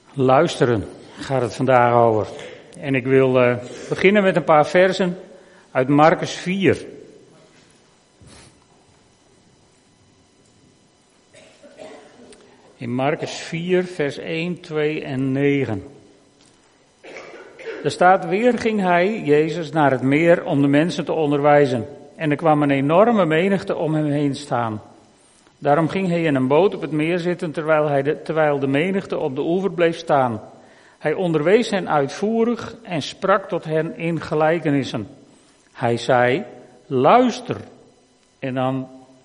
Luisteren gaat het vandaag over. En ik wil beginnen met een paar versen uit Marcus 4. In Marcus 4, vers 1, 2 en 9. Er staat: weer ging hij, Jezus, naar het meer om de mensen te onderwijzen. En er kwam een enorme menigte om hem heen staan. Daarom ging hij in een boot op het meer zitten, terwijl de menigte op de oever bleef staan. Hij onderwees hen uitvoerig en sprak tot hen in gelijkenissen. Hij zei: luister. En dan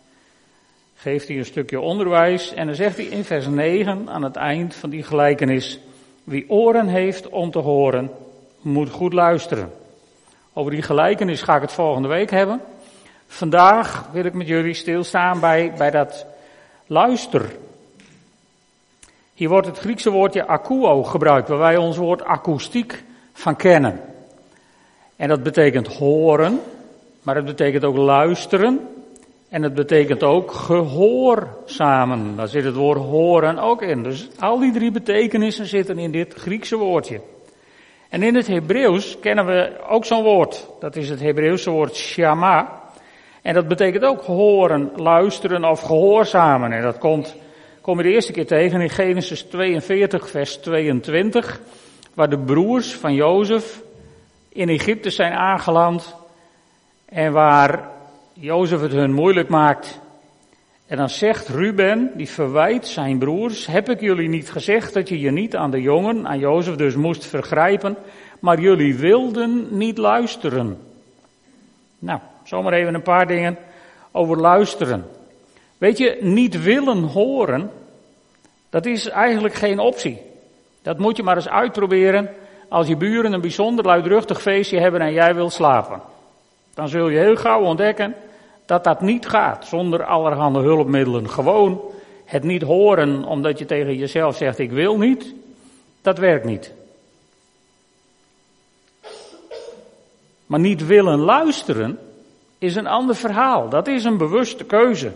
geeft hij een stukje onderwijs en dan zegt hij in vers 9 aan het eind van die gelijkenis: wie oren heeft om te horen, moet goed luisteren. Over die gelijkenis ga ik het volgende week hebben. Vandaag wil ik met jullie stilstaan bij dat luister. Hier wordt het Griekse woordje akouo gebruikt, waar wij ons woord akoestiek van kennen. En dat betekent horen, maar het betekent ook luisteren. En het betekent ook gehoorzamen. Daar zit het woord horen ook in. Dus al die drie betekenissen zitten in dit Griekse woordje. En in het Hebreeuws kennen we ook zo'n woord. Dat is het Hebreeuwse woord shama. En dat betekent ook horen, luisteren of gehoorzamen. En dat kom je de eerste keer tegen in Genesis 42, vers 22. Waar de broers van Jozef in Egypte zijn aangeland. En waar Jozef het hun moeilijk maakt. En dan zegt Ruben, die verwijt zijn broers: heb ik jullie niet gezegd dat je je niet aan de jongen, aan Jozef dus, moest vergrijpen? Maar jullie wilden niet luisteren. Nou, zomaar even een paar dingen over luisteren. Weet je, niet willen horen, dat is eigenlijk geen optie. Dat moet je maar eens uitproberen als je buren een bijzonder luidruchtig feestje hebben en jij wil slapen. Dan zul je heel gauw ontdekken dat dat niet gaat zonder allerhande hulpmiddelen. Gewoon het niet horen omdat je tegen jezelf zegt: ik wil niet, dat werkt niet. Maar niet willen luisteren is een ander verhaal. Dat is een bewuste keuze.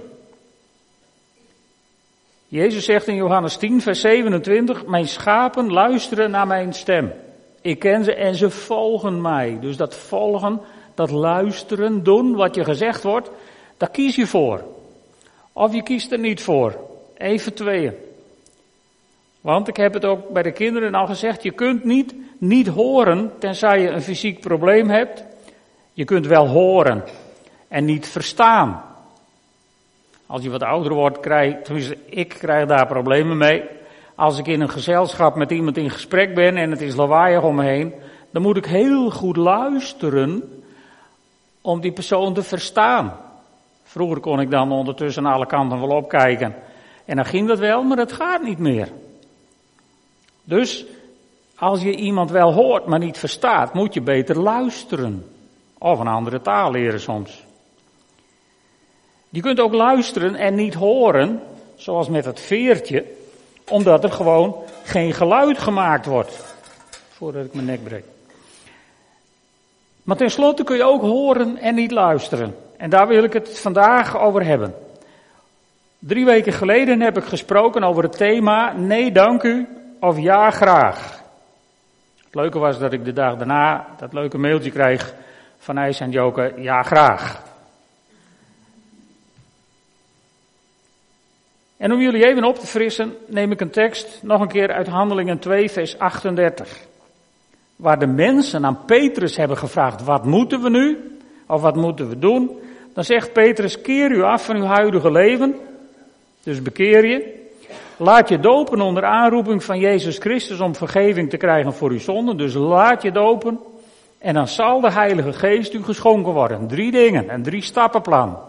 Jezus zegt in Johannes 10, vers 27, mijn schapen luisteren naar mijn stem. Ik ken ze en ze volgen mij. Dus dat volgen, dat luisteren, doen wat je gezegd wordt, daar kies je voor. Of je kiest er niet voor. Even tweeën. Want ik heb het ook bij de kinderen al gezegd, je kunt niet horen tenzij je een fysiek probleem hebt. Je kunt wel horen en niet verstaan. Als je wat ouder wordt, tenminste ik krijg daar problemen mee. Als ik in een gezelschap met iemand in gesprek ben en het is lawaaiig om me heen, dan moet ik heel goed luisteren om die persoon te verstaan. Vroeger kon ik dan ondertussen aan alle kanten wel opkijken. En dan ging dat wel, maar dat gaat niet meer. Dus als je iemand wel hoort, maar niet verstaat, moet je beter luisteren. Of een andere taal leren soms. Je kunt ook luisteren en niet horen, zoals met het veertje, omdat er gewoon geen geluid gemaakt wordt. Voordat ik mijn nek breek. Maar tenslotte kun je ook horen en niet luisteren. En daar wil ik het vandaag over hebben. 3 weken geleden heb ik gesproken over het thema nee dank u of ja graag. Het leuke was dat ik de dag daarna dat leuke mailtje kreeg van IJs en Joke: ja graag. En om jullie even op te frissen, neem ik een tekst nog een keer uit Handelingen 2, vers 38. Waar de mensen aan Petrus hebben gevraagd: wat moeten we nu? Of wat moeten we doen? Dan zegt Petrus: keer u af van uw huidige leven. Dus bekeer je. Laat je dopen onder aanroeping van Jezus Christus om vergeving te krijgen voor uw zonden. Dus laat je dopen. En dan zal de Heilige Geest u geschonken worden. 3 dingen, een 3-stappenplan.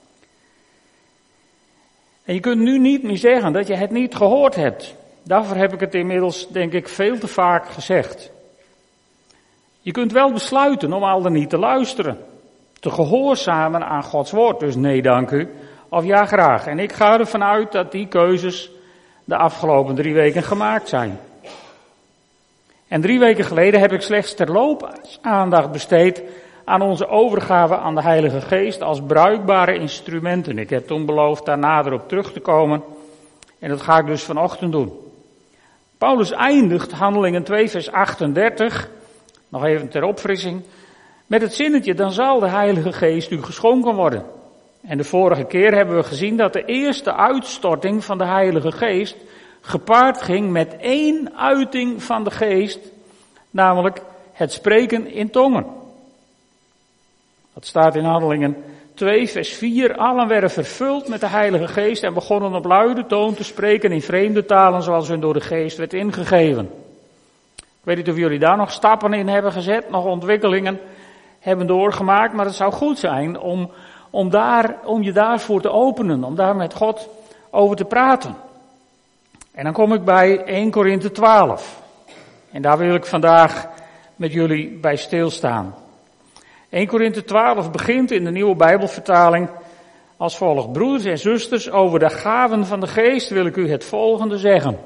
En je kunt nu niet meer zeggen dat je het niet gehoord hebt. Daarvoor heb ik het inmiddels, denk ik, veel te vaak gezegd. Je kunt wel besluiten om al dan niet te luisteren. Te gehoorzamen aan Gods woord. Dus nee dank u of ja graag. En ik ga ervan uit dat die keuzes de afgelopen 3 weken gemaakt zijn. En 3 weken geleden heb ik slechts terloops aandacht besteed aan onze overgave aan de Heilige Geest als bruikbare instrumenten. Ik heb toen beloofd daar nader op terug te komen. En dat ga ik dus vanochtend doen. Paulus eindigt Handelingen 2 vers 38, nog even ter opfrissing, met het zinnetje, dan zal de Heilige Geest u geschonken worden. En de vorige keer hebben we gezien dat de eerste uitstorting van de Heilige Geest gepaard ging met één uiting van de Geest, namelijk het spreken in tongen. Dat staat in Handelingen 2 vers 4, allen werden vervuld met de Heilige Geest en begonnen op luide toon te spreken in vreemde talen zoals hun door de Geest werd ingegeven. Ik weet niet of jullie daar nog stappen in hebben gezet, nog ontwikkelingen hebben doorgemaakt, maar het zou goed zijn om je daarvoor te openen, om daar met God over te praten. En dan kom ik bij 1 Korinthe 12. En daar wil ik vandaag met jullie bij stilstaan. 1 Korinthe 12 begint in de nieuwe Bijbelvertaling als volgt. Broeders en zusters, over de gaven van de Geest wil ik u het volgende zeggen.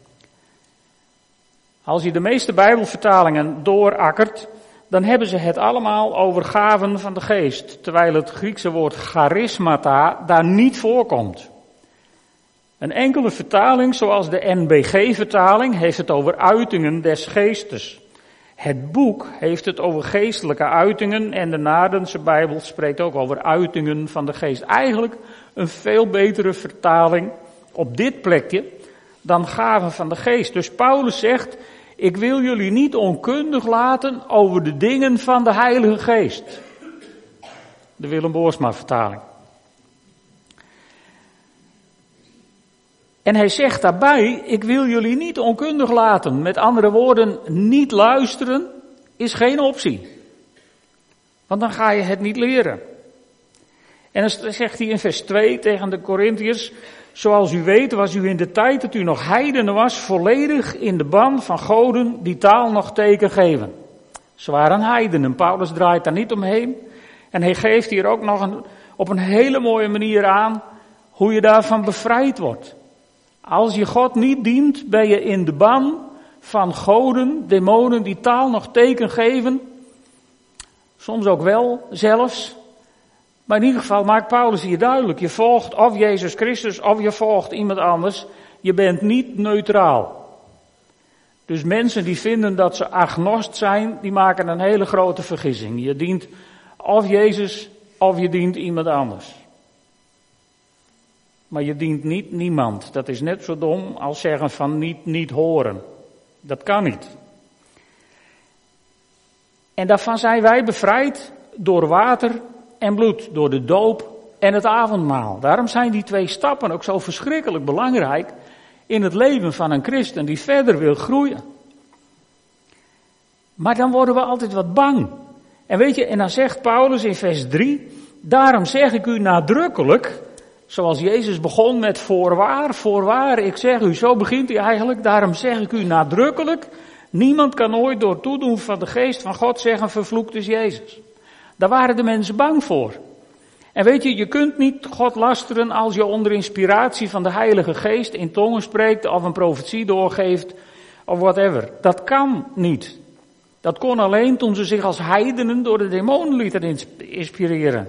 Als je de meeste Bijbelvertalingen doorakkert, dan hebben ze het allemaal over gaven van de Geest, terwijl het Griekse woord charismata daar niet voorkomt. Een enkele vertaling, zoals de NBG-vertaling, heeft het over uitingen des geestes. Het boek heeft het over geestelijke uitingen en de Naardense Bijbel spreekt ook over uitingen van de geest. Eigenlijk een veel betere vertaling op dit plekje dan gaven van de geest. Dus Paulus zegt, ik wil jullie niet onkundig laten over de dingen van de Heilige Geest. De Willem Boersma vertaling. En hij zegt daarbij, ik wil jullie niet onkundig laten. Met andere woorden, niet luisteren is geen optie. Want dan ga je het niet leren. En dan zegt hij in vers 2 tegen de Korintiërs, zoals u weet was u in de tijd dat u nog heidenen was, volledig in de ban van goden die taal nog teken geven. Ze waren heidenen, Paulus draait daar niet omheen. En hij geeft hier ook nog op een hele mooie manier aan hoe je daarvan bevrijd wordt. Als je God niet dient, ben je in de ban van goden, demonen die taal nog teken geven. Soms ook wel zelfs. Maar in ieder geval maakt Paulus hier duidelijk. Je volgt of Jezus Christus of je volgt iemand anders. Je bent niet neutraal. Dus mensen die vinden dat ze agnost zijn, die maken een hele grote vergissing. Je dient of Jezus of je dient iemand anders. Maar je dient niet niemand. Dat is net zo dom als zeggen van niet horen. Dat kan niet. En daarvan zijn wij bevrijd door water en bloed, door de doop en het avondmaal. Daarom zijn die 2 stappen ook zo verschrikkelijk belangrijk in het leven van een christen die verder wil groeien. Maar dan worden we altijd wat bang. En weet je, en dan zegt Paulus in vers 3, daarom zeg ik u nadrukkelijk, zoals Jezus begon met voorwaar, ik zeg u, zo begint hij eigenlijk, daarom zeg ik u nadrukkelijk, niemand kan ooit door toedoen van de geest van God zeggen, vervloekt is Jezus. Daar waren de mensen bang voor. En weet je kunt niet God lasteren als je onder inspiratie van de Heilige Geest in tongen spreekt of een profetie doorgeeft of whatever. Dat kan niet. Dat kon alleen toen ze zich als heidenen door de demonen lieten inspireren.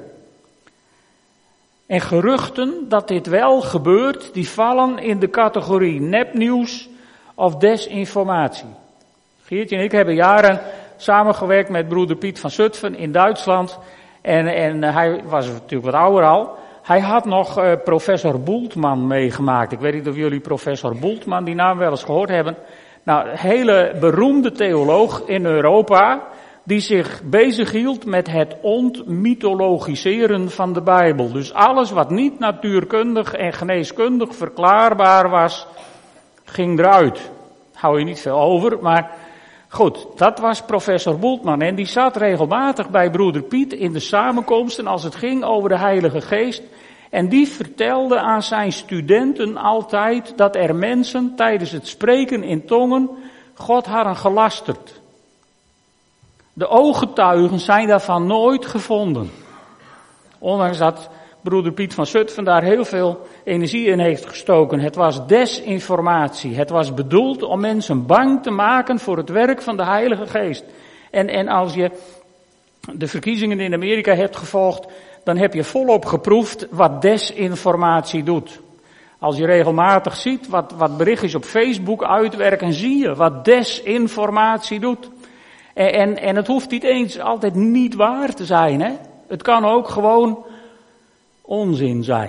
En geruchten dat dit wel gebeurt, die vallen in de categorie nepnieuws of desinformatie. Geertje en ik hebben jaren samengewerkt met broeder Piet van Zutphen in Duitsland. En hij was natuurlijk wat ouder al. Hij had nog professor Bultmann meegemaakt. Ik weet niet of jullie professor Bultmann die naam wel eens gehoord hebben. Nou, een hele beroemde theoloog in Europa, die zich bezighield met het ontmythologiseren van de Bijbel. Dus alles wat niet natuurkundig en geneeskundig verklaarbaar was, ging eruit. Hou je niet veel over, maar goed, dat was professor Bultmann. En die zat regelmatig bij broeder Piet in de samenkomsten als het ging over de Heilige Geest. En die vertelde aan zijn studenten altijd dat er mensen tijdens het spreken in tongen God hadden gelasterd. De ooggetuigen zijn daarvan nooit gevonden. Ondanks dat broeder Piet van Zutphen daar heel veel energie in heeft gestoken. Het was desinformatie. Het was bedoeld om mensen bang te maken voor het werk van de Heilige Geest. En als je de verkiezingen in Amerika hebt gevolgd, dan heb je volop geproefd wat desinformatie doet. Als je regelmatig ziet wat berichtjes op Facebook uitwerken, zie je wat desinformatie doet. En het hoeft niet eens altijd niet waar te zijn, hè. Het kan ook gewoon onzin zijn.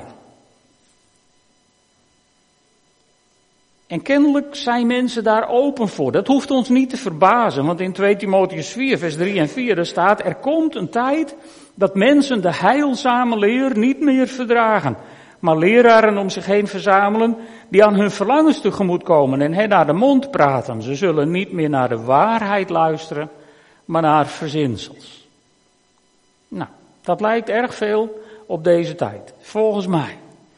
En kennelijk zijn mensen daar open voor. Dat hoeft ons niet te verbazen, want in 2 Timotheüs 4, vers 3 en 4 er staat: er komt een tijd dat mensen de heilzame leer niet meer verdragen, maar leraren om zich heen verzamelen die aan hun verlangens tegemoet komen en hen naar de mond praten. Ze zullen niet meer naar de waarheid luisteren, maar naar verzinsels. Nou, dat lijkt erg veel op deze tijd, volgens mij.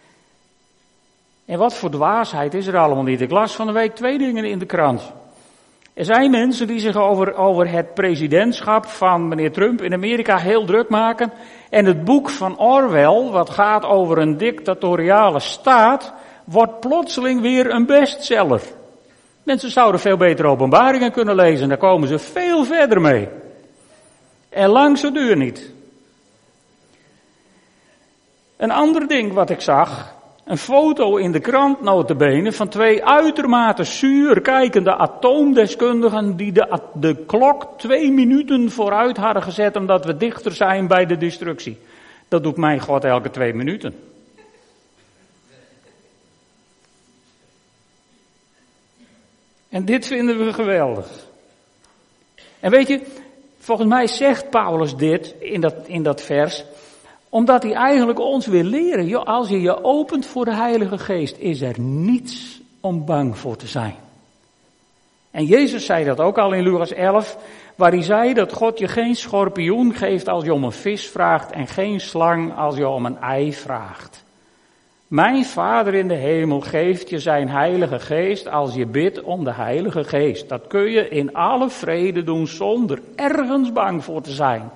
En wat voor dwaasheid is er allemaal niet? Ik las van de week 2 dingen in de krant. Er zijn mensen die zich over het presidentschap van meneer Trump in Amerika heel druk maken. En het boek van Orwell, wat gaat over een dictatoriale staat, wordt plotseling weer een bestseller. Mensen zouden veel beter Openbaringen kunnen lezen, daar komen ze veel verder mee. En lang zo duur niet. Een ander ding wat ik zag, een foto in de krant nota bene van 2 uitermate zuur kijkende atoomdeskundigen die de klok 2 minuten vooruit hadden gezet omdat we dichter zijn bij de destructie. Dat doet mijn God elke 2 minuten. En dit vinden we geweldig. En weet je, volgens mij zegt Paulus dit in dat vers, omdat hij eigenlijk ons wil leren, joh, als je je opent voor de Heilige Geest, is er niets om bang voor te zijn. En Jezus zei dat ook al in Lucas 11, waar hij zei dat God je geen schorpioen geeft als je om een vis vraagt en geen slang als je om een ei vraagt. Mijn Vader in de hemel geeft je zijn Heilige Geest als je bidt om de Heilige Geest. Dat kun je in alle vrede doen zonder ergens bang voor te zijn.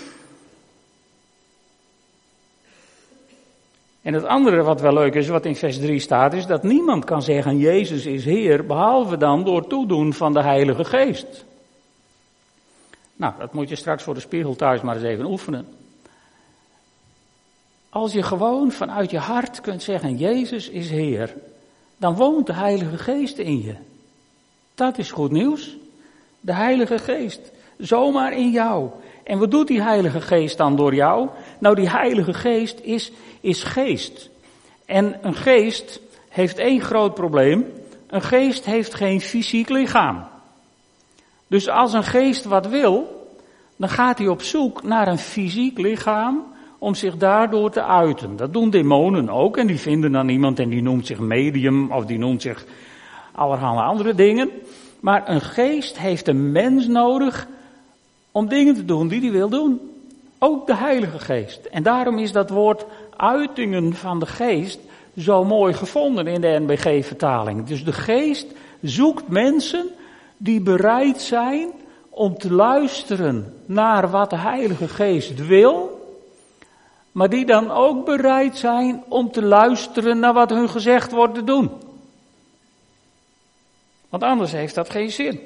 En het andere wat wel leuk is, wat in vers 3 staat, is dat niemand kan zeggen Jezus is Heer, behalve dan door toedoen van de Heilige Geest. Nou, dat moet je straks voor de spiegel thuis maar eens even oefenen. Als je gewoon vanuit je hart kunt zeggen Jezus is Heer, dan woont de Heilige Geest in je. Dat is goed nieuws. De Heilige Geest, zomaar in jou. En wat doet die Heilige Geest dan door jou? Nou, die Heilige Geest is geest. En een geest heeft 1 groot probleem. Een geest heeft geen fysiek lichaam. Dus als een geest wat wil, dan gaat hij op zoek naar een fysiek lichaam om zich daardoor te uiten. Dat doen demonen ook en die vinden dan iemand en die noemt zich medium of die noemt zich allerhande andere dingen. Maar een geest heeft een mens nodig om dingen te doen die hij wil doen. Ook de Heilige Geest. En daarom is dat woord uitingen van de Geest zo mooi gevonden in de NBG-vertaling. Dus de Geest zoekt mensen die bereid zijn om te luisteren naar wat de Heilige Geest wil, maar die dan ook bereid zijn om te luisteren naar wat hun gezegd wordt te doen. Want anders heeft dat geen zin.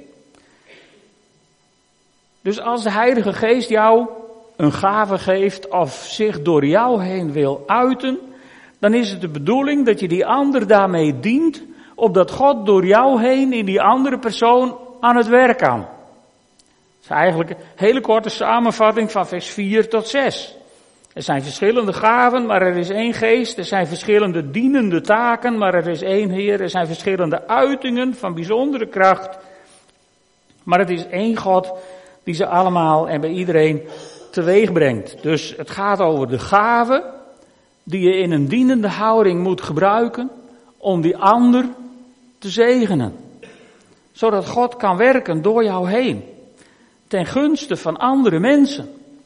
Dus als de Heilige Geest jou een gave geeft of zich door jou heen wil uiten, dan is het de bedoeling dat je die ander daarmee dient, opdat God door jou heen in die andere persoon aan het werk kan. Dat is eigenlijk een hele korte samenvatting van vers 4 tot 6. Er zijn verschillende gaven, maar er is 1 geest. Er zijn verschillende dienende taken, maar er is 1 Heer. Er zijn verschillende uitingen van bijzondere kracht. Maar het is 1 God die ze allemaal en bij iedereen teweeg brengt. Dus het gaat over de gaven die je in een dienende houding moet gebruiken om die ander te zegenen. Zodat God kan werken door jou heen. Ten gunste van andere mensen.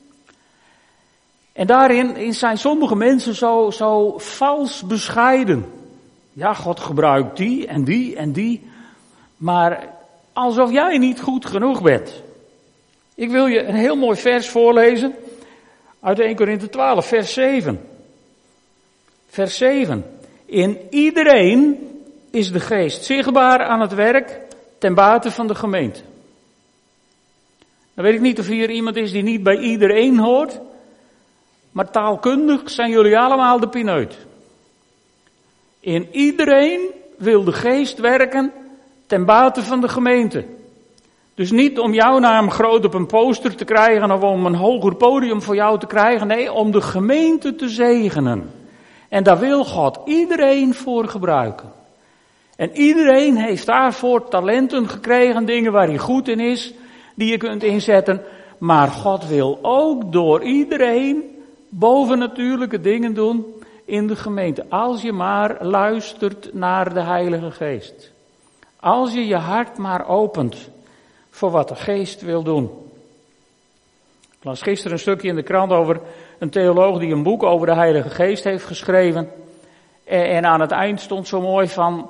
En daarin zijn sommige mensen zo vals bescheiden. Ja, God gebruikt die en die en die. Maar alsof jij niet goed genoeg bent. Ik wil je een heel mooi vers voorlezen. Uit 1 Korinthe 12, vers 7. Vers 7. In iedereen is de geest zichtbaar aan het werk ten bate van de gemeente. Dan weet ik niet of hier iemand is die niet bij iedereen hoort. Maar taalkundig zijn jullie allemaal de pineut. In iedereen wil de geest werken ten bate van de gemeente. Dus niet om jouw naam groot op een poster te krijgen of om een hoger podium voor jou te krijgen. Nee, om de gemeente te zegenen. En daar wil God iedereen voor gebruiken. En iedereen heeft daarvoor talenten gekregen, dingen waar hij goed in is, die je kunt inzetten. Maar God wil ook door iedereen bovennatuurlijke dingen doen in de gemeente. Als je maar luistert naar de Heilige Geest. Als je je hart maar opent voor wat de Geest wil doen. Ik las gisteren een stukje in de krant over een theoloog die een boek over de Heilige Geest heeft geschreven. En aan het eind stond zo mooi van,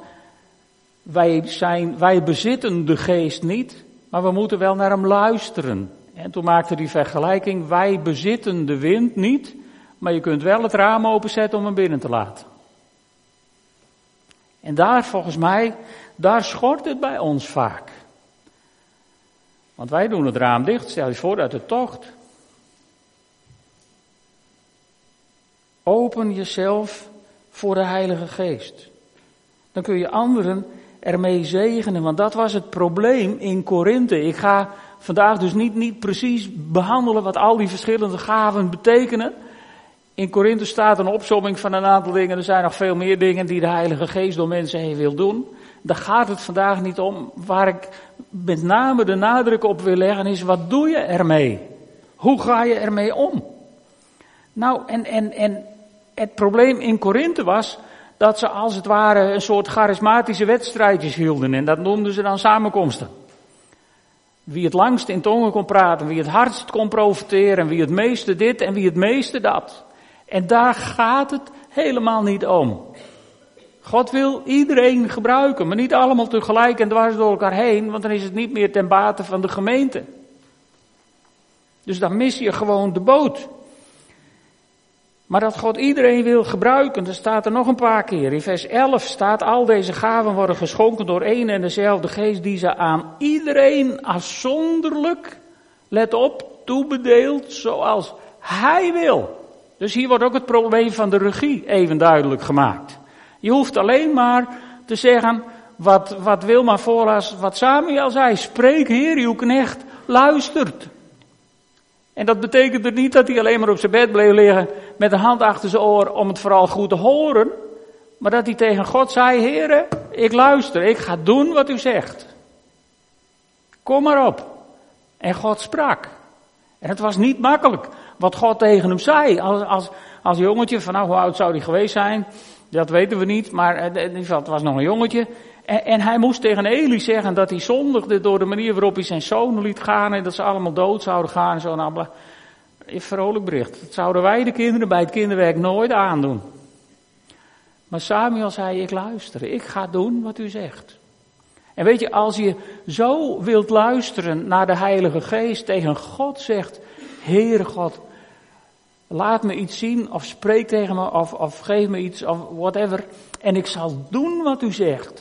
wij bezitten de Geest niet, maar we moeten wel naar hem luisteren. En toen maakte hij die vergelijking, wij bezitten de wind niet, maar je kunt wel het raam openzetten om hem binnen te laten. En daar volgens mij, daar schort het bij ons vaak. Want wij doen het raam dicht, stel je voor uit de tocht. Open jezelf voor de Heilige Geest. Dan kun je anderen ermee zegenen, want dat was het probleem in Korinthe. Ik ga vandaag dus niet precies behandelen wat al die verschillende gaven betekenen. In Korinthe staat een opsomming van een aantal dingen. Er zijn nog veel meer dingen die de Heilige Geest door mensen heen wil doen. Daar gaat het vandaag niet om. Waar ik met name de nadruk op wil leggen is, wat doe je ermee? Hoe ga je ermee om? Nou, en het probleem in Korinthe was dat ze als het ware een soort charismatische wedstrijdjes hielden. En dat noemden ze dan samenkomsten. Wie het langst in tongen kon praten, wie het hardst kon profiteren, wie het meeste dit en wie het meeste dat. En daar gaat het helemaal niet om. God wil iedereen gebruiken, maar niet allemaal tegelijk en dwars door elkaar heen, want dan is het niet meer ten bate van de gemeente. Dus dan mis je gewoon de boot. Maar dat God iedereen wil gebruiken, dat staat er nog een paar keer. In vers 11 staat, al deze gaven worden geschonken door één en dezelfde geest die ze aan iedereen afzonderlijk, let op, toebedeelt zoals hij wil. Dus hier wordt ook het probleem van de regie even duidelijk gemaakt. Je hoeft alleen maar te zeggen, wat Wilma voorlas, wat Samuel zei, spreek Heer, uw knecht luistert. En dat betekent niet dat hij alleen maar op zijn bed bleef liggen met de hand achter zijn oor om het vooral goed te horen. Maar dat hij tegen God zei, Heere, ik luister, ik ga doen wat u zegt. Kom maar op. En God sprak. En het was niet makkelijk wat God tegen hem zei. Als jongetje, van nou, hoe oud zou hij geweest zijn? Dat weten we niet, maar in ieder geval, het was nog een jongetje. En hij moest tegen Eli zeggen dat hij zondigde door de manier waarop hij zijn zoon liet gaan en dat ze allemaal dood zouden gaan en zo. Nou, een vrolijk bericht. Dat zouden wij de kinderen bij het kinderwerk nooit aandoen. Maar Samuel zei, ik luister, ik ga doen wat u zegt. En weet je, als je zo wilt luisteren naar de Heilige Geest, tegen God zegt, Heere God, laat me iets zien of spreek tegen me of geef me iets of whatever. En ik zal doen wat u zegt.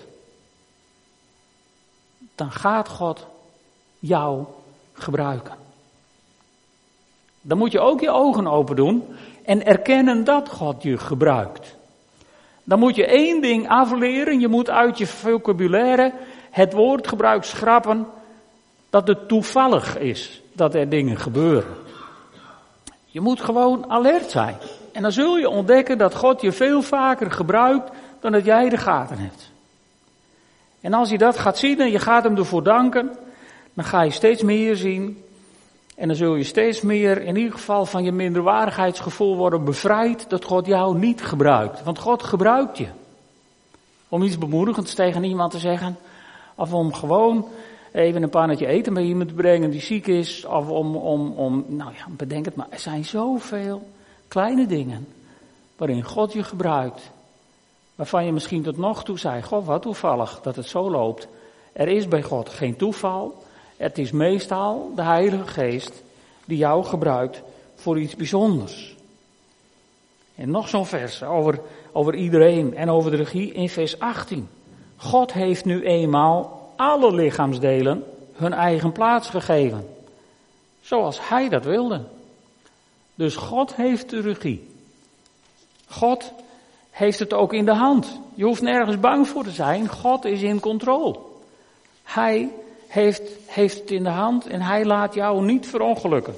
Dan gaat God jou gebruiken. Dan moet je ook je ogen open doen en erkennen dat God je gebruikt. Dan moet je één ding afleren, je moet uit je vocabulaire het woordgebruik schrappen dat het toevallig is dat er dingen gebeuren. Je moet gewoon alert zijn. En dan zul je ontdekken dat God je veel vaker gebruikt dan dat jij de gaten hebt. En als je dat gaat zien en je gaat hem ervoor danken, dan ga je steeds meer zien. En dan zul je steeds meer in ieder geval van je minderwaardigheidsgevoel worden bevrijd dat God jou niet gebruikt. Want God gebruikt je. Om iets bemoedigends tegen iemand te zeggen. Of om gewoon even een pannetje eten bij iemand te brengen die ziek is. Of nou ja, bedenk het maar. Er zijn zoveel kleine dingen waarin God je gebruikt. Waarvan je misschien tot nog toe zei, God, wat toevallig dat het zo loopt. Er is bij God geen toeval. Het is meestal de Heilige Geest die jou gebruikt voor iets bijzonders. En nog zo'n vers over iedereen en over de regie in vers 18. God heeft nu eenmaal alle lichaamsdelen hun eigen plaats gegeven. Zoals hij dat wilde. Dus God heeft de regie. God heeft het ook in de hand. Je hoeft nergens bang voor te zijn. God is in controle. Hij heeft het in de hand en hij laat jou niet verongelukken.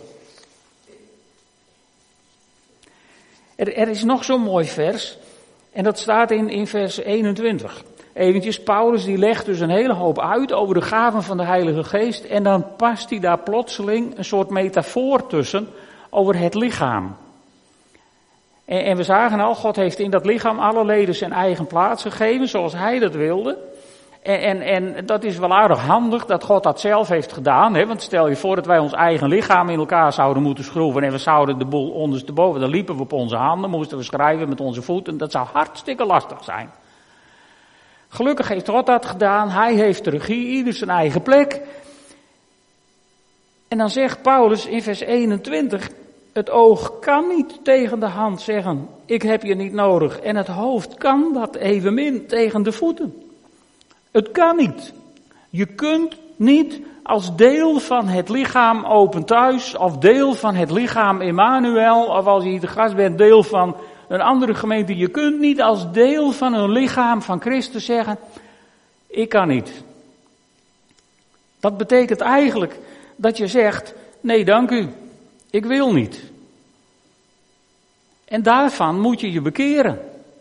Er is nog zo'n mooi vers. En dat staat in vers 21. Eventjes, Paulus die legt dus een hele hoop uit over de gaven van de Heilige Geest. En dan past hij daar plotseling een soort metafoor tussen over het lichaam. En we zagen al, God heeft in dat lichaam alle leden zijn eigen plaats gegeven zoals hij dat wilde. En dat is wel aardig handig dat God dat zelf heeft gedaan. Hè? Want stel je voor dat wij ons eigen lichaam in elkaar zouden moeten schroeven en we zouden de boel ondersteboven, dan liepen we op onze handen, moesten we schrijven met onze voeten. Dat zou hartstikke lastig zijn. Gelukkig heeft God dat gedaan. Hij heeft de regie, ieder zijn eigen plek. En dan zegt Paulus in vers 21, het oog kan niet tegen de hand zeggen, ik heb je niet nodig. En het hoofd kan dat evenmin tegen de voeten. Het kan niet. Je kunt niet als deel van het lichaam Open Thuis, of deel van het lichaam Emmanuel, of als je te gast bent, deel van een andere gemeente. Je kunt niet als deel van een lichaam van Christus zeggen, ik kan niet. Dat betekent eigenlijk dat je zegt, nee dank u, ik wil niet. En daarvan moet je je bekeren.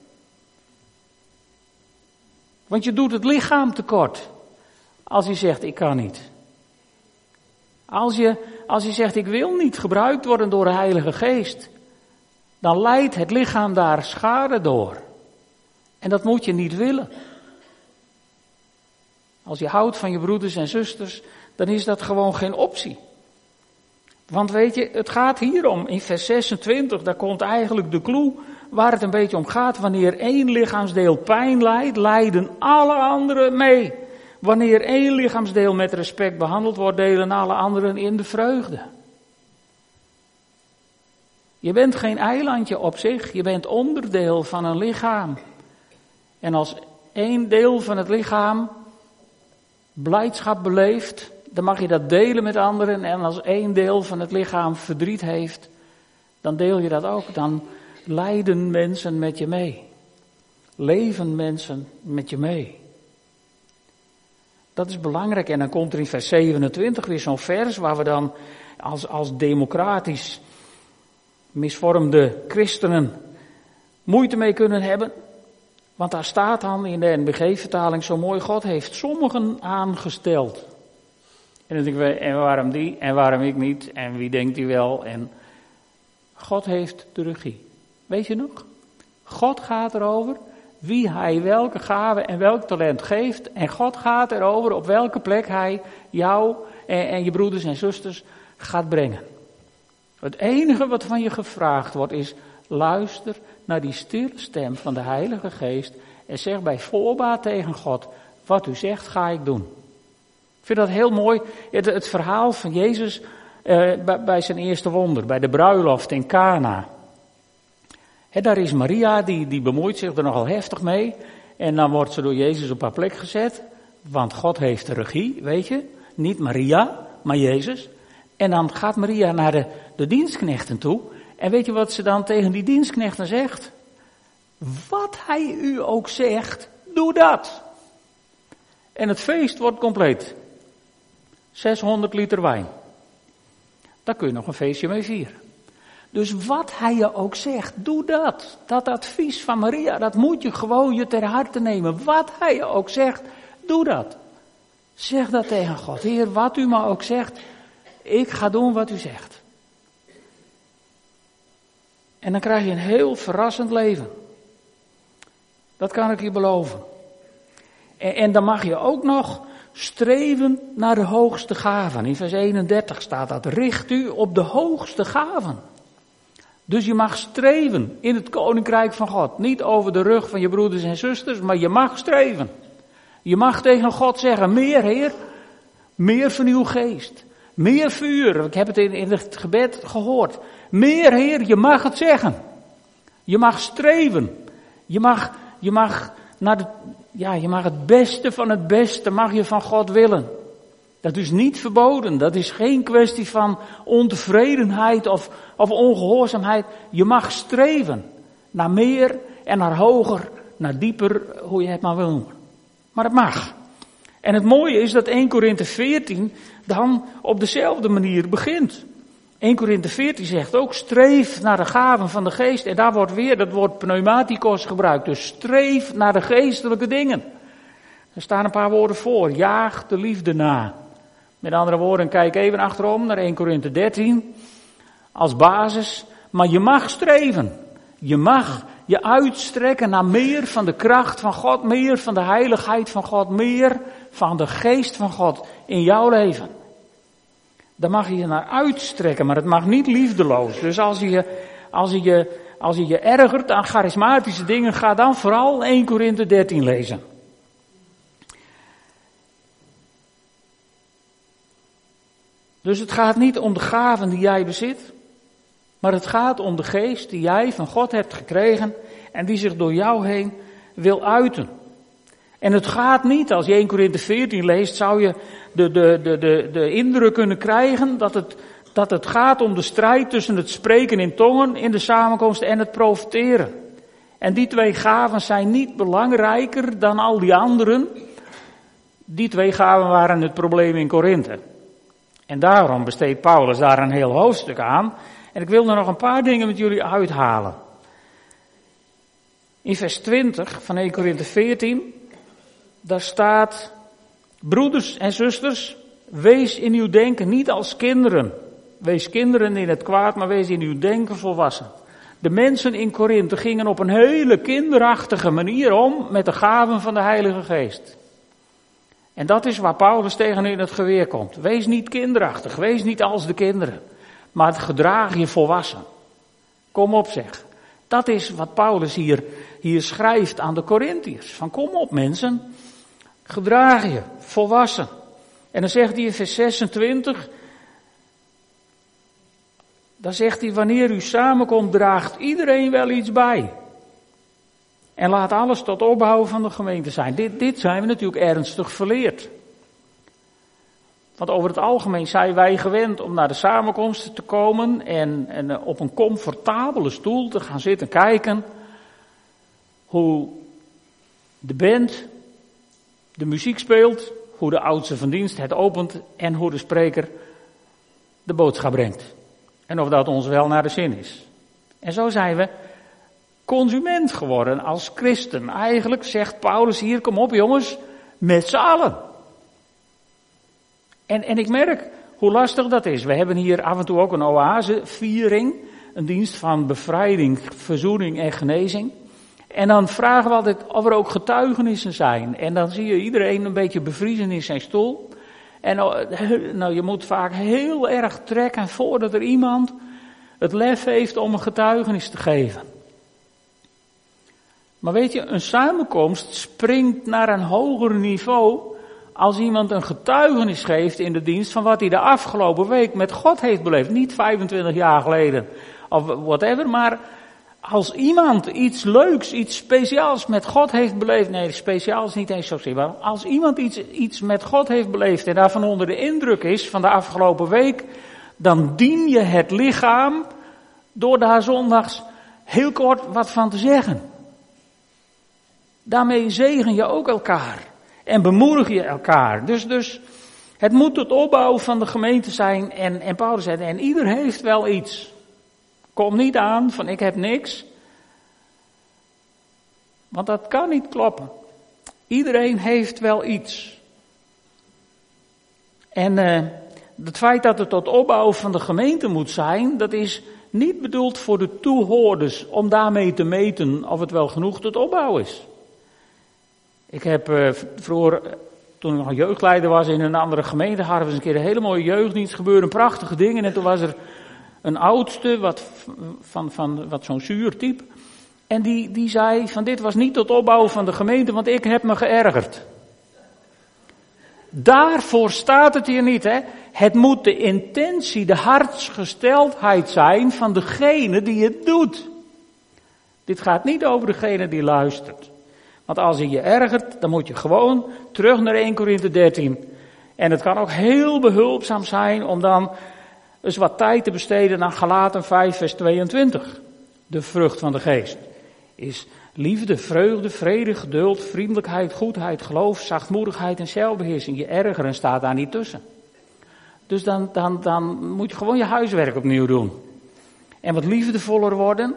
Want je doet het lichaam tekort. Als je zegt, ik kan niet. Als je zegt, ik wil niet gebruikt worden door de Heilige Geest. Dan lijdt het lichaam daar schade door. En dat moet je niet willen. Als je houdt van je broeders en zusters, dan is dat gewoon geen optie. Want weet je, het gaat hier om, in vers 26, daar komt eigenlijk de clue waar het een beetje om gaat. Wanneer één lichaamsdeel pijn lijdt, lijden alle anderen mee. Wanneer één lichaamsdeel met respect behandeld wordt, delen alle anderen in de vreugde. Je bent geen eilandje op zich, je bent onderdeel van een lichaam. En als één deel van het lichaam blijdschap beleeft, dan mag je dat delen met anderen. En als één deel van het lichaam verdriet heeft, dan deel je dat ook. Dan lijden mensen met je mee. Leven mensen met je mee. Dat is belangrijk. En dan komt er in vers 27 weer zo'n vers waar we dan als democratisch misvormde christenen moeite mee kunnen hebben. Want daar staat dan in de NBG-vertaling zo mooi, God heeft sommigen aangesteld. En dan denken we, en waarom die, en waarom ik niet, en wie denkt die wel, en God heeft de regie. Weet je nog? God gaat erover wie hij welke gave en welk talent geeft, en God gaat erover op welke plek hij jou en je broeders en zusters gaat brengen. Het enige wat van je gevraagd wordt is, luister naar die stille stem van de Heilige Geest en zeg bij voorbaat tegen God, wat u zegt ga ik doen. Ik vind dat heel mooi, het verhaal van Jezus bij zijn eerste wonder, bij de bruiloft in Cana. Daar is Maria, die bemoeit zich er nogal heftig mee. En dan wordt ze door Jezus op haar plek gezet. Want God heeft de regie, weet je. Niet Maria, maar Jezus. En dan gaat Maria naar de dienstknechten toe. En weet je wat ze dan tegen die dienstknechten zegt? Wat hij u ook zegt, doe dat. En het feest wordt compleet. 600 liter wijn. Daar kun je nog een feestje mee vieren. Dus wat hij je ook zegt, doe dat. Dat advies van Maria, dat moet je gewoon je ter harte nemen. Wat hij je ook zegt, doe dat. Zeg dat tegen God. Heer, wat u me ook zegt, ik ga doen wat u zegt. En dan krijg je een heel verrassend leven. Dat kan ik je beloven. En dan mag je ook nog streven naar de hoogste gaven. In vers 31 staat dat, richt u op de hoogste gaven. Dus je mag streven in het koninkrijk van God. Niet over de rug van je broeders en zusters, maar je mag streven. Je mag tegen God zeggen, meer Heer, meer van uw geest. Meer vuur, ik heb het in het gebed gehoord. Meer Heer, je mag het zeggen. Je mag streven. Je mag het beste van het beste mag je van God willen. Dat is niet verboden. Dat is geen kwestie van ontevredenheid of ongehoorzaamheid. Je mag streven naar meer en naar hoger, naar dieper, hoe je het maar wil noemen. Maar het mag. En het mooie is dat 1 Korinthe 14 dan op dezelfde manier begint. 1 Korinthe 14 zegt ook, streef naar de gaven van de geest. En daar wordt weer dat woord pneumatikos gebruikt. Dus streef naar de geestelijke dingen. Er staan een paar woorden voor. Jaag de liefde na. Met andere woorden, kijk even achterom naar 1 Korinthe 13. Als basis. Maar je mag streven. Je mag je uitstrekken naar meer van de kracht van God. Meer van de heiligheid van God. Meer van de geest van God in jouw leven. Daar mag je je naar uitstrekken, maar het mag niet liefdeloos. Dus als je je ergert aan charismatische dingen, ga dan vooral 1 Korinthe 13 lezen. Dus het gaat niet om de gaven die jij bezit, maar het gaat om de geest die jij van God hebt gekregen en die zich door jou heen wil uiten. En het gaat niet, als je 1 Korinthe 14 leest, zou je de indruk kunnen krijgen dat het gaat om de strijd tussen het spreken in tongen in de samenkomst en het profeteren. En die 2 gaven zijn niet belangrijker dan al die anderen. Die 2 gaven waren het probleem in Korinthe. En daarom besteedt Paulus daar een heel hoofdstuk aan. En ik wil er nog een paar dingen met jullie uithalen. In vers 20 van 1 Korinthe 14, daar staat: broeders en zusters, wees in uw denken niet als kinderen. Wees kinderen in het kwaad, maar wees in uw denken volwassen. De mensen in Korinthe gingen op een hele kinderachtige manier om met de gaven van de Heilige Geest. En dat is waar Paulus tegen in het geweer komt. Wees niet kinderachtig, wees niet als de kinderen, maar gedraag je volwassen. Kom op zeg. Dat is wat Paulus hier schrijft aan de Korinthiërs. Van kom op mensen, gedraag je volwassen. En dan zegt hij in vers 26, dan zegt hij, wanneer u samenkomt, draagt iedereen wel iets bij. En laat alles tot opbouw van de gemeente zijn. Dit zijn we natuurlijk ernstig verleerd. Want over het algemeen zijn wij gewend om naar de samenkomsten te komen en op een comfortabele stoel te gaan zitten kijken hoe de band de muziek speelt, hoe de oudste van dienst het opent en hoe de spreker de boodschap brengt. En of dat ons wel naar de zin is. En zo zijn we consument geworden als christen. Eigenlijk zegt Paulus hier, kom op jongens, met z'n allen. En ik merk hoe lastig dat is. We hebben hier af en toe ook een oaseviering, een dienst van bevrijding, verzoening en genezing. En dan vragen we altijd of er ook getuigenissen zijn. En dan zie je iedereen een beetje bevriezen in zijn stoel. En nou, je moet vaak heel erg trekken voordat er iemand het lef heeft om een getuigenis te geven. Maar weet je, een samenkomst springt naar een hoger niveau als iemand een getuigenis geeft in de dienst van wat hij de afgelopen week met God heeft beleefd. Niet 25 jaar geleden of whatever, maar als iemand iets leuks, iets speciaals met God heeft beleefd. Nee, speciaal is niet eens zo maar als iemand iets met God heeft beleefd en daarvan onder de indruk is van de afgelopen week, dan dien je het lichaam door daar zondags heel kort wat van te zeggen. Daarmee zegen je ook elkaar en bemoedig je elkaar. Dus het moet tot opbouw van de gemeente zijn en Paulus zegt, en ieder heeft wel iets. Kom niet aan van ik heb niks. Want dat kan niet kloppen. Iedereen heeft wel iets. En het feit dat het tot opbouw van de gemeente moet zijn, dat is niet bedoeld voor de toehoorders om daarmee te meten of het wel genoeg tot opbouw is. Ik heb vroeger, toen ik nog jeugdleider was in een andere gemeente, hadden we eens een keer een hele mooie jeugddienst, gebeuren prachtige dingen. En toen was er een oudste, wat zo'n zuur type. En die zei van dit was niet tot opbouw van de gemeente, want ik heb me geërgerd. Daarvoor staat het hier niet, hè. Het moet de intentie, de hartsgesteldheid zijn van degene die het doet. Dit gaat niet over degene die luistert. Want als je je ergert, dan moet je gewoon terug naar 1 Korinthe 13. En het kan ook heel behulpzaam zijn om dan eens wat tijd te besteden aan Galaten 5 vers 22. De vrucht van de geest is Liefde, vreugde, vrede, geduld, vriendelijkheid, goedheid, geloof, zachtmoedigheid en zelfbeheersing. Je ergeren staat daar niet tussen. Dus dan moet je gewoon je huiswerk opnieuw doen. En wat liefdevoller worden.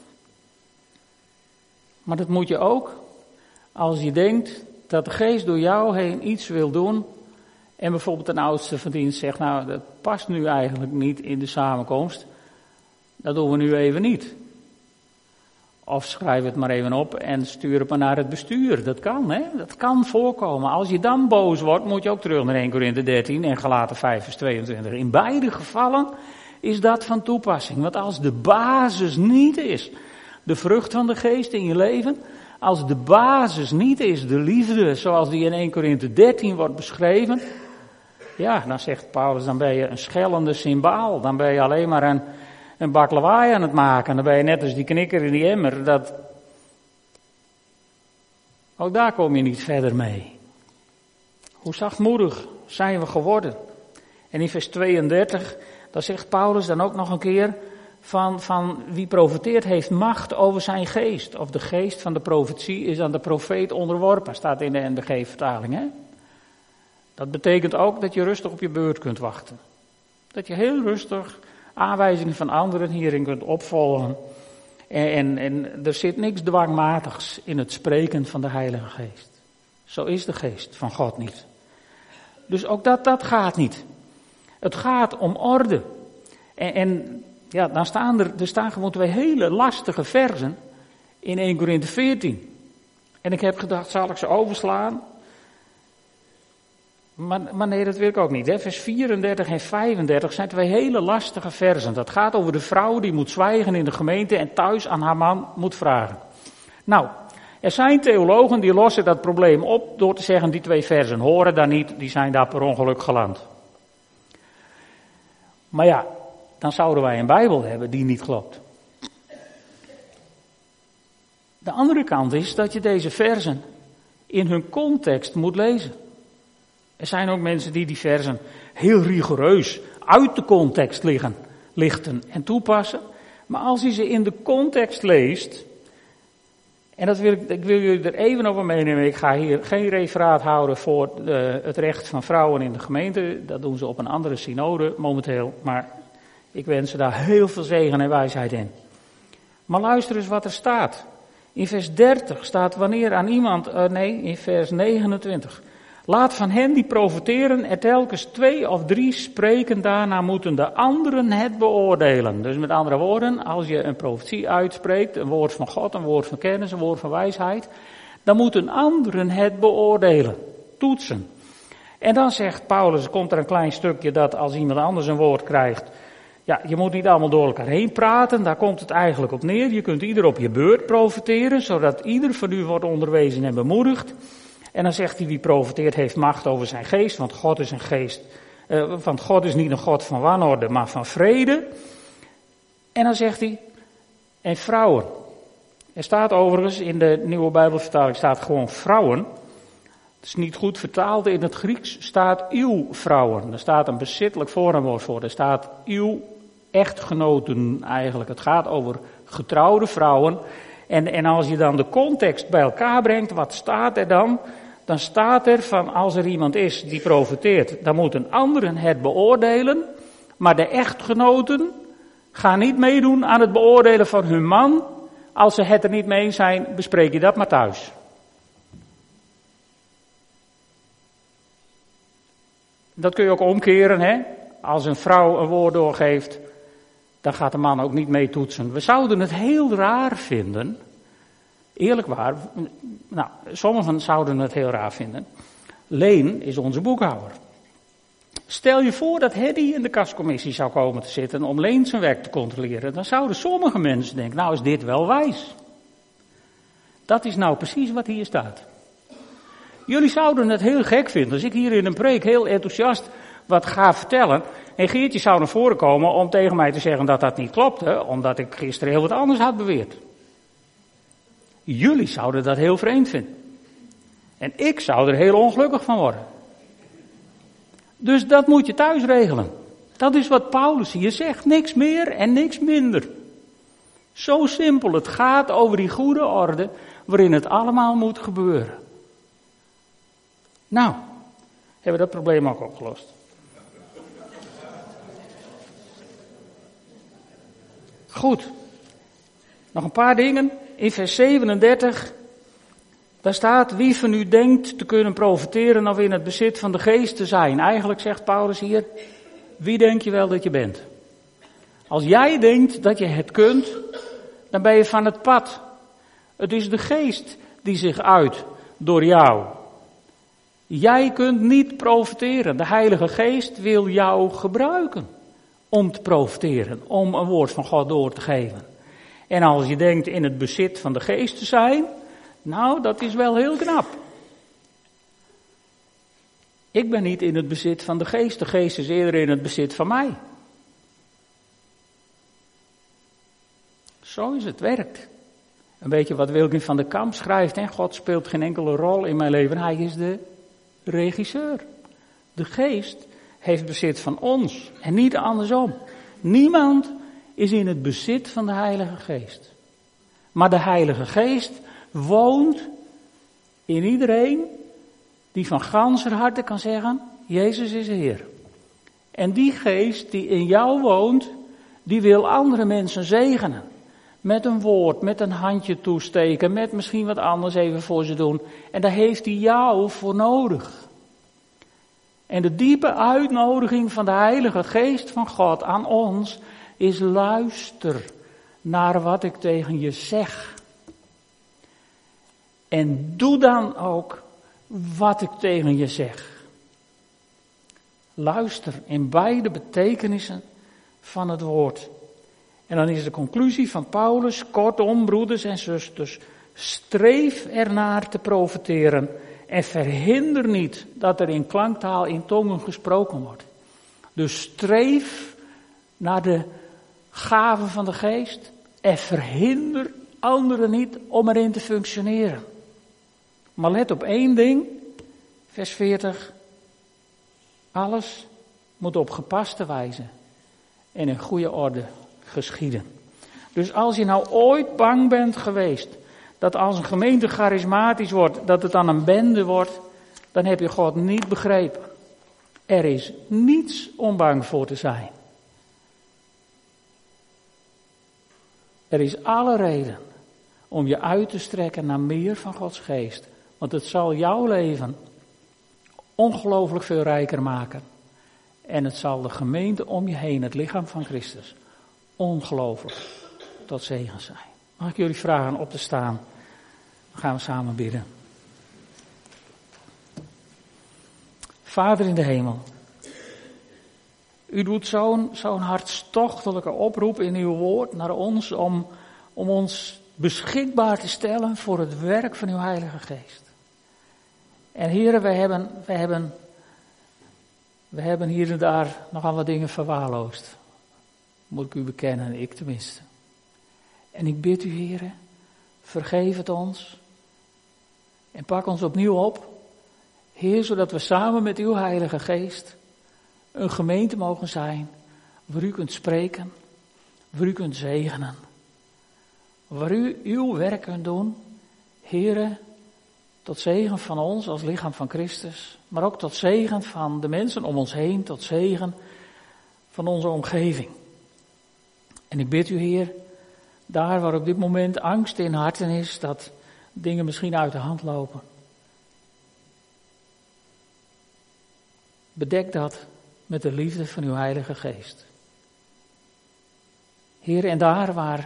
Maar dat moet je ook als je denkt dat de geest door jou heen iets wil doen. En bijvoorbeeld een oudste van dienst zegt, nou dat past nu eigenlijk niet in de samenkomst. Dat doen we nu even niet. Of schrijf het maar even op en stuur het maar naar het bestuur. Dat kan, hè? Dat kan voorkomen. Als je dan boos wordt, moet je ook terug naar 1 Korinthe 13 en Galaten 5 vers 22. In beide gevallen is dat van toepassing. Want als de basis niet is, de vrucht van de geest in je leven, als de basis niet is, de liefde zoals die in 1 Korinthe 13 wordt beschreven, ja, dan zegt Paulus, dan ben je een schellende cymbaal. Dan ben je alleen maar een bak lawaai aan het maken. Dan ben je net als die knikker in die emmer. Ook daar kom je niet verder mee. Hoe zachtmoedig zijn we geworden? En in vers 32, daar zegt Paulus dan ook nog een keer van wie profeteert heeft macht over zijn geest. Of de geest van de profetie is aan de profeet onderworpen, staat in de NBG-vertaling. Hè? Dat betekent ook dat je rustig op je beurt kunt wachten. Dat je heel rustig aanwijzingen van anderen hierin kunt opvolgen. En er zit niks dwangmatigs in het spreken van de Heilige Geest. Zo is de geest van God niet. Dus ook dat gaat niet. Het gaat om orde. En ja, dan staan gewoon 2 hele lastige versen in 1 Korinthe 14. En ik heb gedacht, zal ik ze overslaan? Maar nee, dat wil ik ook niet. Hè. Vers 34 en 35 zijn 2 hele lastige versen. Dat gaat over de vrouw die moet zwijgen in de gemeente en thuis aan haar man moet vragen. Nou, er zijn theologen die lossen dat probleem op door te zeggen, die 2 versen horen daar niet, die zijn daar per ongeluk geland. Maar ja, dan zouden wij een Bijbel hebben die niet klopt. De andere kant is dat je deze versen in hun context moet lezen. Er zijn ook mensen die versen heel rigoureus uit de context lichten en toepassen. Maar als je ze in de context leest, en ik wil jullie er even over meenemen. Ik ga hier geen referaat houden voor het recht van vrouwen in de gemeente. Dat doen ze op een andere synode momenteel. Maar ik wens ze daar heel veel zegen en wijsheid in. Maar luister eens wat er staat. In vers 30 staat wanneer aan iemand, in vers 29... Laat van hen die profeteren er telkens 2 of 3 spreken, daarna moeten de anderen het beoordelen. Dus met andere woorden, als je een profetie uitspreekt, een woord van God, een woord van kennis, een woord van wijsheid, dan moeten anderen het beoordelen, toetsen. En dan zegt Paulus, komt er een klein stukje dat als iemand anders een woord krijgt, ja, je moet niet allemaal door elkaar heen praten, daar komt het eigenlijk op neer. Je kunt ieder op je beurt profeteren, zodat ieder van u wordt onderwezen en bemoedigd. En dan zegt hij, wie profeteert heeft macht over zijn geest, want God is een geest, want God is niet een God van wanorde, maar van vrede. En dan zegt hij, en vrouwen. Er staat overigens, in de nieuwe Bijbelvertaling staat gewoon vrouwen. Het is niet goed vertaald, in het Grieks staat uw vrouwen. Er staat een bezittelijk voornaamwoord voor, er staat uw echtgenoten eigenlijk. Het gaat over getrouwde vrouwen. En als je dan de context bij elkaar brengt, wat staat er dan? Dan staat er van als er iemand is die profeteert, dan moeten anderen het beoordelen. Maar de echtgenoten gaan niet meedoen aan het beoordelen van hun man. Als ze het er niet mee eens zijn, bespreek je dat maar thuis. Dat kun je ook omkeren, hè. Als een vrouw een woord doorgeeft, dan gaat de man ook niet mee toetsen. We zouden het heel raar vinden. Eerlijk waar, nou, sommigen zouden het heel raar vinden. Leen is onze boekhouder. Stel je voor dat Hedy in de kascommissie zou komen te zitten om Leen zijn werk te controleren. Dan zouden sommige mensen denken, nou is dit wel wijs. Dat is nou precies wat hier staat. Jullie zouden het heel gek vinden als ik hier in een preek heel enthousiast wat ga vertellen. En Geertje zou naar voren komen om tegen mij te zeggen dat dat niet klopte, omdat ik gisteren heel wat anders had beweerd. Jullie zouden dat heel vreemd vinden. En ik zou er heel ongelukkig van worden. Dus dat moet je thuis regelen. Dat is wat Paulus hier zegt. Niks meer en niks minder. Zo simpel. Het gaat over die goede orde waarin het allemaal moet gebeuren. Nou, hebben we dat probleem ook opgelost. Goed, nog een paar dingen. In vers 37, daar staat: wie van u denkt te kunnen profiteren of in het bezit van de geest te zijn. Eigenlijk zegt Paulus hier, wie denk je wel dat je bent? Als jij denkt dat je het kunt, dan ben je van het pad. Het is de geest die zich uit door jou. Jij kunt niet profiteren. De Heilige Geest wil jou gebruiken om te profiteren, om een woord van God door te geven. En als je denkt in het bezit van de geest te zijn, nou, dat is wel heel knap. Ik ben niet in het bezit van de geest is eerder in het bezit van mij. Zo is het, werkt. En weet je wat Wilkin van der Kamp schrijft? Hè? God speelt geen enkele rol in mijn leven, hij is de regisseur. De geest heeft bezit van ons en niet andersom. Niemand is in het bezit van de Heilige Geest. Maar de Heilige Geest woont in iedereen die van ganser harte kan zeggen, Jezus is Heer. En die geest die in jou woont, die wil andere mensen zegenen. Met een woord, met een handje toesteken, met misschien wat anders even voor ze doen. En daar heeft hij jou voor nodig. En de diepe uitnodiging van de Heilige Geest van God aan ons is: luister naar wat ik tegen je zeg. En doe dan ook wat ik tegen je zeg. Luister in beide betekenissen van het woord. En dan is de conclusie van Paulus: kortom, broeders en zusters, streef ernaar te profiteren en verhinder niet dat er in klanktaal in tongen gesproken wordt. Dus streef naar de gaven van de geest en verhinder anderen niet om erin te functioneren. Maar let op één ding, vers 40. Alles moet op gepaste wijze en in goede orde geschieden. Dus als je nou ooit bang bent geweest dat als een gemeente charismatisch wordt, dat het dan een bende wordt, dan heb je God niet begrepen. Er is niets om bang voor te zijn. Er is alle reden om je uit te strekken naar meer van Gods geest. Want het zal jouw leven ongelooflijk veel rijker maken. En het zal de gemeente om je heen, het lichaam van Christus, ongelooflijk tot zegen zijn. Mag ik jullie vragen op te staan? Dan gaan we samen bidden. Vader in de hemel, u doet zo'n hartstochtelijke oproep in uw woord naar ons om ons beschikbaar te stellen voor het werk van uw Heilige Geest. En heren, we hebben hier en daar nogal wat dingen verwaarloosd. Moet ik u bekennen, ik tenminste. En ik bid u, heren, vergeef het ons. En pak ons opnieuw op. Heer, zodat we samen met uw Heilige Geest een gemeente mogen zijn, waar u kunt spreken, waar u kunt zegenen. Waar u uw werk kunt doen, Heere, tot zegen van ons als lichaam van Christus, maar ook tot zegen van de mensen om ons heen, tot zegen van onze omgeving. En ik bid u, Heer, daar waar op dit moment angst in harten is, dat dingen misschien uit de hand lopen. Bedek dat met de liefde van uw Heilige Geest. Heer, en daar waar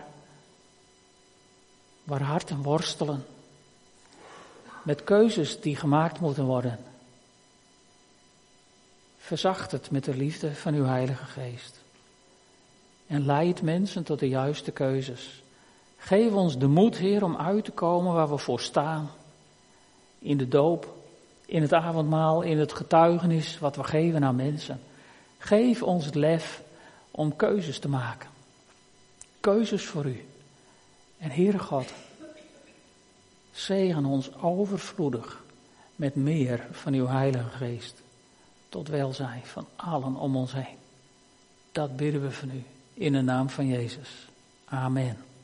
harten worstelen met keuzes die gemaakt moeten worden, verzacht het met de liefde van uw Heilige Geest. En leid mensen tot de juiste keuzes. Geef ons de moed, Heer, om uit te komen waar we voor staan. In de doop, in het avondmaal, in het getuigenis wat we geven aan mensen. Geef ons het lef om keuzes te maken. Keuzes voor u. En Heere God, zegen ons overvloedig met meer van uw Heilige Geest. Tot welzijn van allen om ons heen. Dat bidden we van u. In de naam van Jezus. Amen.